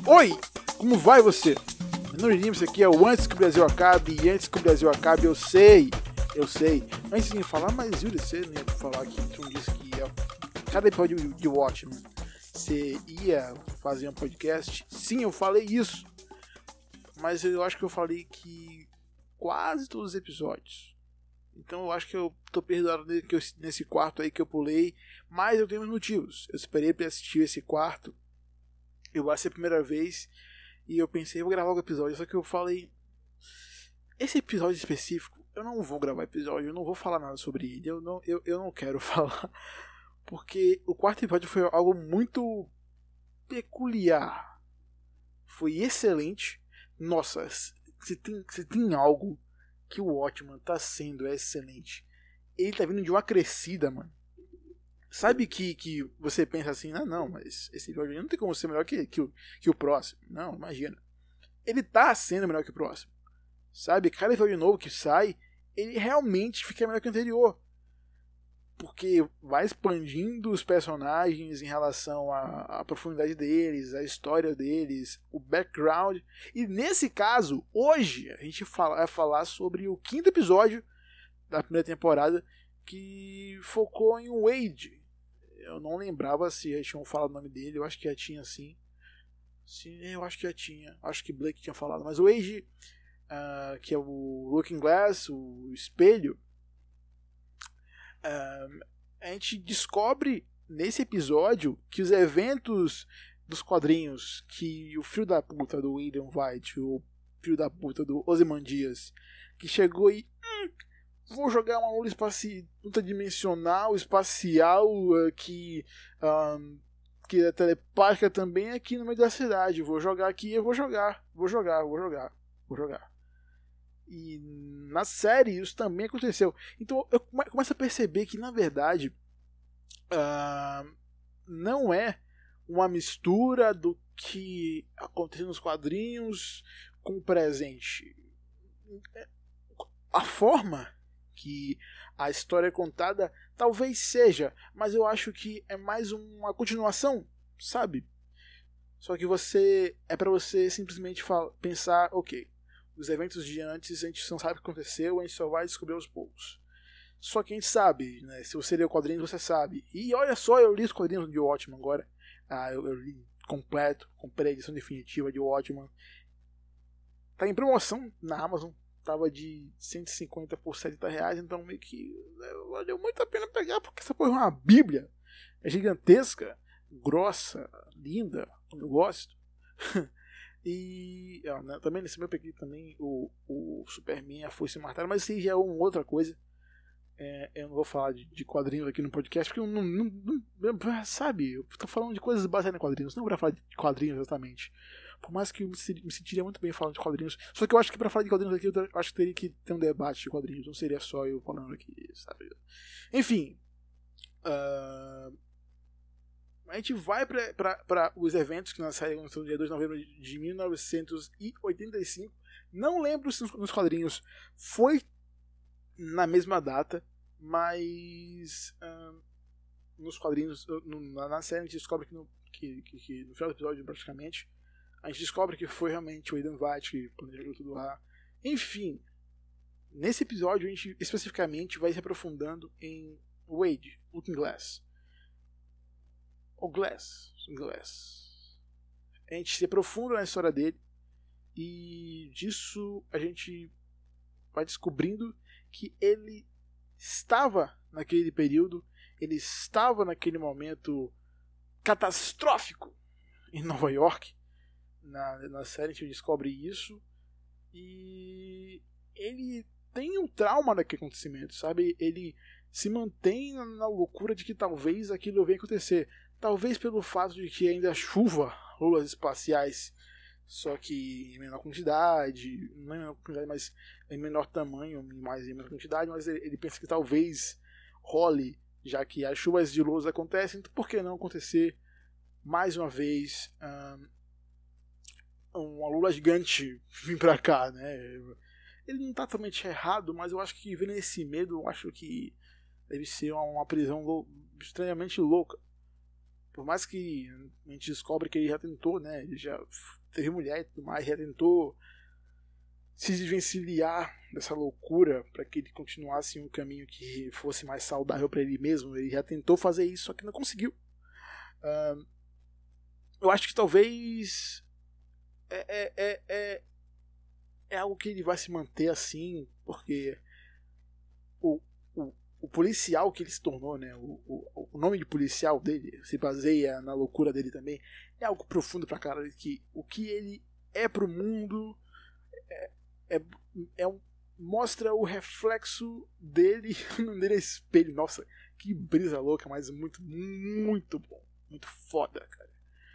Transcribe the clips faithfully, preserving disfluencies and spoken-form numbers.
Oi, como vai você? Meu nome é Jimmy, isso aqui é o Antes que o Brasil Acabe, e antes que o Brasil acabe, eu sei, eu sei. Antes de falar, mas Júlio, você não ia falar que tu disse que ia, cada episódio de Watchmen, você ia fazer um podcast? Sim, eu falei isso, mas eu acho que eu falei que quase todos os episódios. Então eu acho que eu tô perdoado nesse quarto aí que eu pulei, mas eu tenho meus motivos. Eu esperei pra assistir esse quarto, eu vai ser a primeira vez, e eu pensei, eu vou gravar o episódio, só que eu falei, esse episódio específico, eu não vou gravar episódio, eu não vou falar nada sobre ele, eu não, eu, eu não quero falar, porque o quarto episódio foi algo muito peculiar, foi excelente. Nossa, se tem, se tem algo que o Watchmen tá sendo é excelente, ele tá vindo de uma crescida, mano. Sabe que, que você pensa assim, ah não, mas esse episódio não tem como ser melhor que, que, o, que o próximo. Não, imagina. Ele tá sendo melhor que o próximo. Sabe, cada episódio novo que sai, ele realmente fica melhor que o anterior. Porque vai expandindo os personagens em relação à, à profundidade deles, à história deles, o background. E nesse caso, hoje, a gente fala, vai falar sobre o quinto episódio da primeira temporada, que focou em Wade. Eu não lembrava se já tinham falado o nome dele, eu acho que já tinha sim. Sim, eu acho que já tinha. Acho que Blake tinha falado. Mas o Wade, uh, que é o Looking Glass, o espelho, uh, a gente descobre nesse episódio que os eventos dos quadrinhos que o filho da puta do William White, o filho da puta do Ozymandias, que chegou e hum, vou jogar uma luta espaci... dimensional, espacial, uh, que, um, que é telepática também aqui no meio da cidade. Vou jogar aqui, eu vou jogar, vou jogar, vou jogar, vou jogar. E na série isso também aconteceu. Então eu começo a perceber que, na verdade, uh, não é uma mistura do que aconteceu nos quadrinhos com o presente. A forma que a história é contada talvez seja, mas eu acho que é mais uma continuação, sabe? Só que você é para você simplesmente fala, pensar, ok, os eventos de antes a gente não sabe o que aconteceu, a gente só vai descobrir aos poucos. Só que a gente sabe, né? Se você lê o quadrinho, você sabe. E olha só, eu li os quadrinhos de Watchmen agora. Ah, eu, eu li completo, comprei a edição definitiva de Watchmen. Tá em promoção na Amazon. Tava de cento e cinquenta por setenta reais, então meio que né, valeu muito a pena pegar, porque essa porra é uma bíblia. É gigantesca, grossa, linda, eu gosto. E ó, né, também nesse meu peguei também o, o Superman, a Foice Martelo, mas isso aí já é uma outra coisa. É, eu não vou falar de, de quadrinhos aqui no podcast, porque eu não, não, não sabe, eu tô falando de coisas baseadas em quadrinhos, não pra falar de quadrinhos exatamente. Por mais que eu me sentiria muito bem falando de quadrinhos. Só que eu acho que pra falar de quadrinhos aqui, eu acho que teria que ter um debate de quadrinhos. Não seria só eu falando aqui, sabe? Enfim. Uh, a gente vai para os eventos que nós saímos no dia dois de novembro de mil novecentos e oitenta e cinco. Não lembro se nos quadrinhos foi na mesma data, mas uh, nos quadrinhos, no, na série, a gente descobre que no, que, que, que no final do episódio, praticamente, a gente descobre que foi realmente o Aidan White que planejou tudo lá. Enfim, nesse episódio a gente especificamente vai se aprofundando em Wade, Looking Glass. Ou Glass, Glass. A gente se aprofunda na história dele e disso a gente vai descobrindo que ele estava naquele período, ele estava naquele momento catastrófico em Nova York. Na, na série a gente descobre isso e ele tem um trauma daquele acontecimento, sabe? Ele se mantém na loucura de que talvez aquilo venha acontecer, talvez pelo fato de que ainda chuva lulas espaciais, só que em menor quantidade, não em menor quantidade, mas em menor tamanho, mais em menor quantidade, mas ele, ele pensa que talvez role, já que as chuvas de luz acontecem, então por que não acontecer mais uma vez um, uma lula gigante vir pra cá, né? Ele não tá totalmente errado, mas eu acho que vendo esse medo, eu acho que deve ser uma, uma prisão lou- estranhamente louca. por mais que a gente descobre que ele já tentou, né, ele já teve mulher e tudo mais, já tentou se desvencilhar dessa loucura para que ele continuasse em um caminho que fosse mais saudável para ele mesmo. Ele já tentou fazer isso, só que não conseguiu. Uh, eu acho que talvez é, é, é, é, é algo que ele vai se manter assim, porque o, o, o policial que ele se tornou, né, o, o, o nome de policial dele se baseia na loucura dele também. É algo profundo pra cara, que o que ele é pro mundo é, é, é um, mostra o reflexo dele nele é espelho. Nossa, que brisa louca, mas muito, muito bom, muito foda, cara.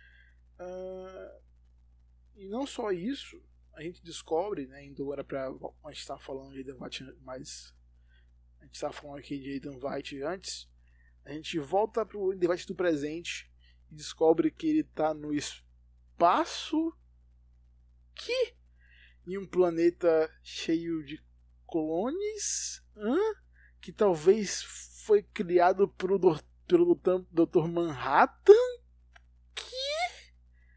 Uh, e não só isso, a gente descobre, né, indo agora pra, a gente estava falando de Aidan White, mas a gente estava falando aqui de Aidan White antes, a gente volta pro Aidan White do presente e descobre que ele tá no espaço, que em um planeta cheio de clones, hã? Que talvez foi criado pelo, do, pelo doutor Manhattan, que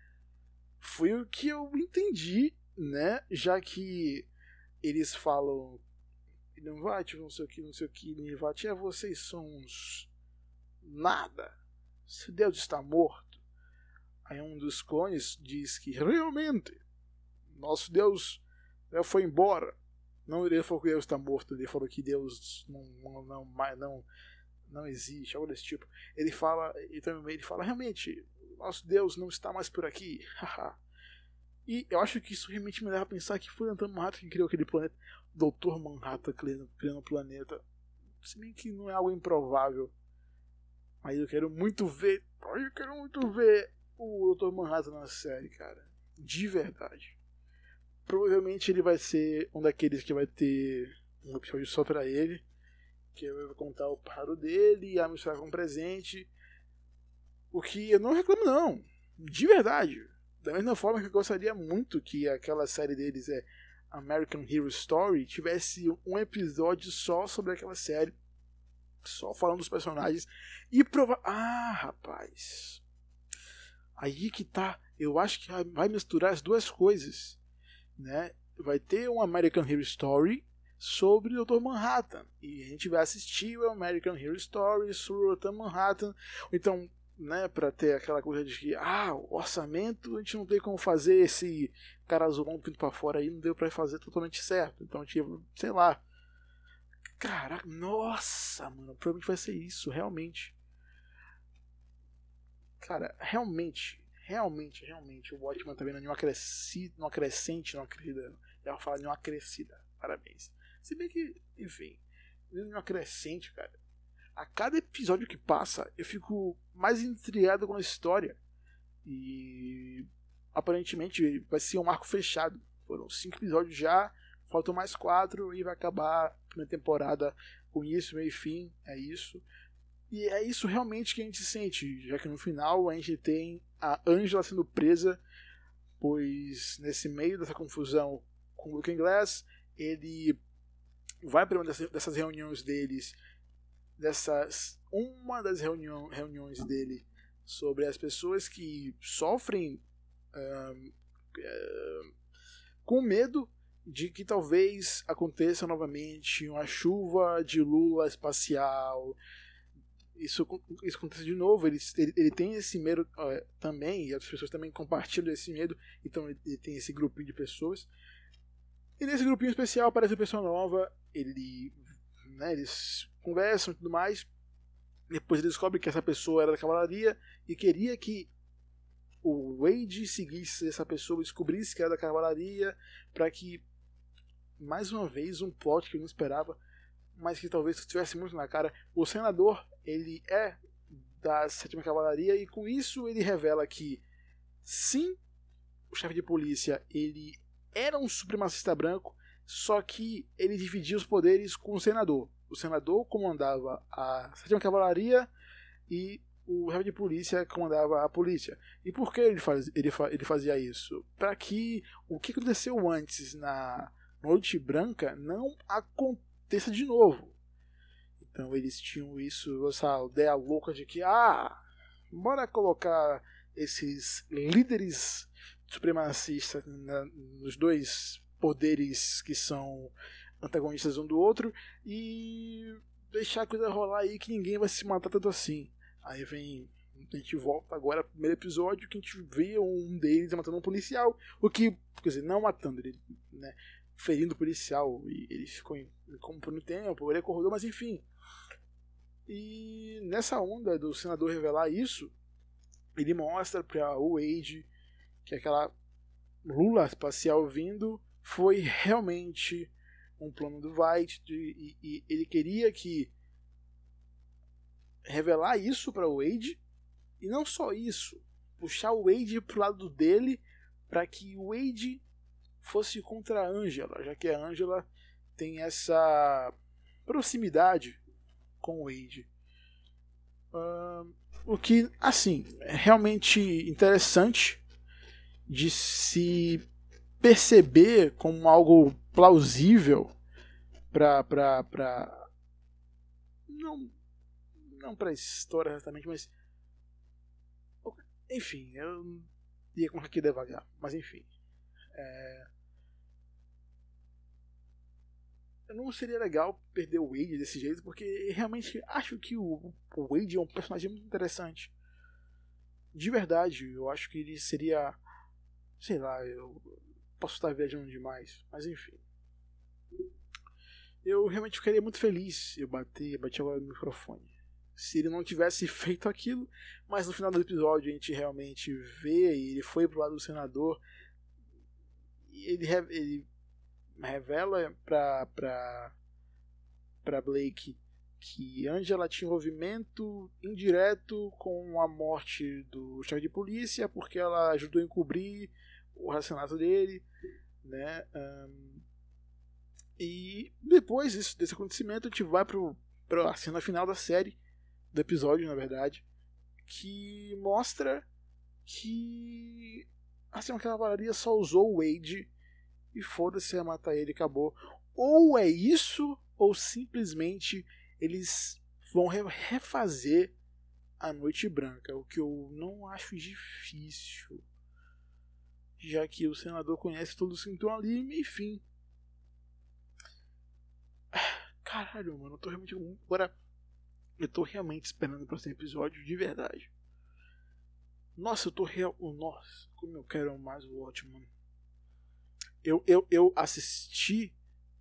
foi o que eu entendi, né? Já que eles falam não vai, não sei o que, não sei o que, não vai, é, vocês são uns nada. Se Deus está morto. Aí um dos clones diz que realmente nosso Deus já foi embora. Não, ele falou que Deus está morto, ele falou que Deus não não não, não, não existe, algo desse tipo. Ele fala, e também ele fala, realmente, nosso Deus não está mais por aqui. E eu acho que isso realmente me leva a pensar que foi o doutor Manhattan que criou aquele planeta. doutor Manhattan criando, criando o planeta. Se bem que não é algo improvável. Mas eu quero muito ver. Eu quero muito ver o doutor Manhattan na série, cara. De verdade. Provavelmente ele vai ser um daqueles que vai ter um episódio só pra ele. Que eu vou contar o paro dele e a misturar com um presente. O que eu não reclamo, não. De verdade. Da mesma forma que eu gostaria muito que aquela série deles é American Hero Story tivesse um episódio só sobre aquela série. Só falando dos personagens. E provar. Ah, rapaz. Aí que tá. Eu acho que vai misturar as duas coisas. Né? Vai ter um American Hero Story sobre o doutor Manhattan. E a gente vai assistir o American Hero Story sobre o doutor Manhattan. Então, né, pra ter aquela coisa de que, ah, o orçamento, a gente não tem como fazer esse cara azulão pinto pra fora aí, não deu pra fazer totalmente certo. Então, tipo, sei lá. Caraca, nossa, mano, provavelmente vai ser isso, realmente. Cara, realmente, realmente, realmente, o Watchmen tá vendo nenhuma crescida, numa crescente, numa crescida. Eu ia falar nenhuma crescida, parabéns. Se bem que, enfim, nenhuma crescente, cara. A cada episódio que passa, eu fico mais intrigado com a história. E aparentemente vai ser um arco fechado. Foram cinco episódios já, faltam mais quatro e vai acabar a primeira temporada com isso, meio e fim, é isso. E é isso realmente que a gente sente, já que no final a gente tem a Angela sendo presa, pois nesse meio dessa confusão com o Looking Glass, ele vai para uma dessas reuniões deles, dessas uma das reunião, reuniões dele sobre as pessoas que sofrem um, um, com medo de que talvez aconteça novamente uma chuva de lula espacial. Isso, isso acontece de novo. Ele, ele, ele tem esse medo uh, também, e as pessoas também compartilham esse medo. Então ele, ele tem esse grupinho de pessoas. E nesse grupinho especial aparece uma pessoa nova. Ele, né, eles conversam e tudo mais. Depois ele descobre que essa pessoa era da cavalaria e queria que o Wade seguisse essa pessoa, descobrisse que era da cavalaria, para que, mais uma vez, um plot que eu não esperava, mas que talvez estivesse muito na cara. O senador, ele é da sétima cavalaria e com isso ele revela que sim, o chefe de polícia, ele era um supremacista branco, só que ele dividia os poderes com o senador. O senador comandava a sétima cavalaria e o chefe de polícia comandava a polícia. E por que ele, faz, ele, ele fazia isso? Para que o que aconteceu antes na Noite Branca não aconteça de novo. Então eles tinham isso, essa ideia louca de que, ah, bora colocar esses líderes supremacistas na, nos dois poderes que são antagonistas um do outro e deixar a coisa rolar aí que ninguém vai se matar tanto assim. Aí vem, a gente volta agora pro primeiro episódio que a gente vê um deles matando um policial, o que, quer dizer, não matando ele, né, ferindo o policial, e ele ficou como por um tempo, ele acordou, mas enfim. E nessa onda do senador revelar isso, ele mostra pra Wade que aquela lula espacial vindo foi realmente um plano do Veidt, e, e ele queria que revelar isso para o Wade, e não só isso, puxar o Wade pro lado dele para que o Wade fosse contra a Angela, já que a Angela tem essa proximidade com o Wade. Uh, o que, assim, é realmente interessante de se perceber como algo plausível para para para não não para a história exatamente, mas enfim, eu ia começar aqui devagar, mas enfim, é... não seria legal perder o Wade desse jeito, porque realmente acho que o, o Wade é um personagem muito interessante, de verdade. Eu acho que ele seria, sei lá, eu posso estar viajando demais, mas enfim. Eu realmente ficaria muito feliz. Eu bati, bati agora no microfone. Se ele não tivesse feito aquilo, mas no final do episódio a gente realmente vê, e ele foi pro lado do senador, e ele, ele revela pra, pra, pra Blake que Angela tinha envolvimento indireto com a morte do chefe de polícia, porque ela ajudou a encobrir o assassinato dele, né? Um, e depois disso, desse acontecimento, a gente vai para a cena final da série, do episódio, na verdade, que mostra que assim, aquela cavalaria só usou o Wade e foda-se, ia matar ele e acabou. Ou é isso, ou simplesmente eles vão refazer a Noite Branca, o que eu não acho difícil, já que o senador conhece todo o cinturão ali, enfim. Caralho, mano, eu tô realmente. Agora, eu tô realmente esperando o próximo episódio, de verdade. Nossa, eu tô real. Nossa, como eu quero mais o Watchmen. Eu, eu, eu assisti.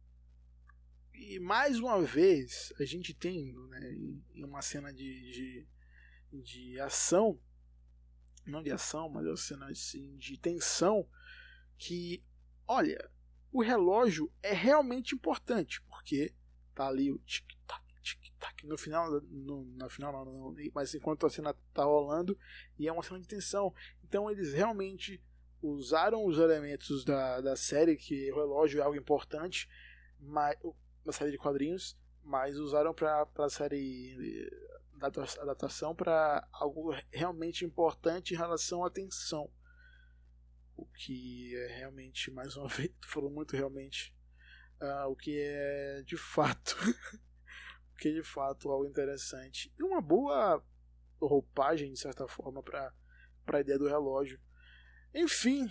E mais uma vez, a gente tem, né, em uma cena de, de, de ação. Não de ação, mas é uma cena assim, de tensão. Que, olha, o relógio é realmente importante, porque tá ali o tic-tac, tic-tac no final, no, no final não, não, mas enquanto a cena tá rolando, e é uma cena de tensão. Então eles realmente usaram os elementos da, da série, que o relógio é algo importante, mas, da série de quadrinhos, mas usaram para a série da adaptação para algo realmente importante em relação à tensão. O que é realmente, mais uma vez, falou muito realmente, uh, o que é de fato, o que é de fato algo interessante. E uma boa roupagem, de certa forma, para a ideia do relógio. Enfim,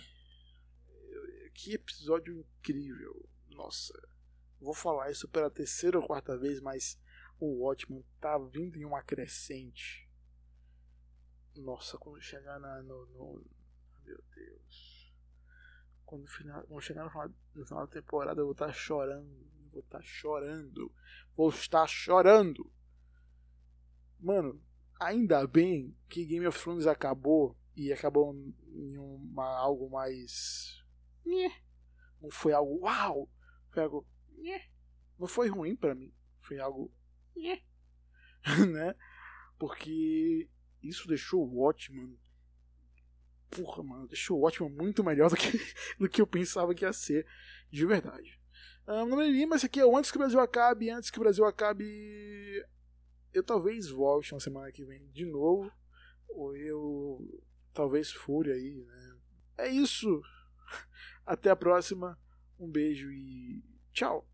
que episódio incrível. Nossa, vou falar isso pela terceira ou quarta vez, mas o Watchmen tá vindo em uma crescente. Nossa, quando chegar na, no, no... Meu Deus. Quando, final, quando chegar no final, no final da temporada eu vou estar chorando. Vou estar chorando. Vou estar chorando. Mano, ainda bem que Game of Thrones acabou. E acabou em uma, algo mais... Não foi algo uau. Foi algo... Não foi ruim pra mim. Foi algo... né? Porque isso deixou o Watchmen... Porra, mano, deixou o Watchmen muito melhor do que, do que eu pensava que ia ser, de verdade. Um, não me lembro, esse aqui é o Antes que o Brasil Acabe. Antes que o Brasil Acabe, eu talvez volte na semana que vem de novo, ou eu talvez fure aí, né? É isso. Até a próxima. Um beijo e tchau.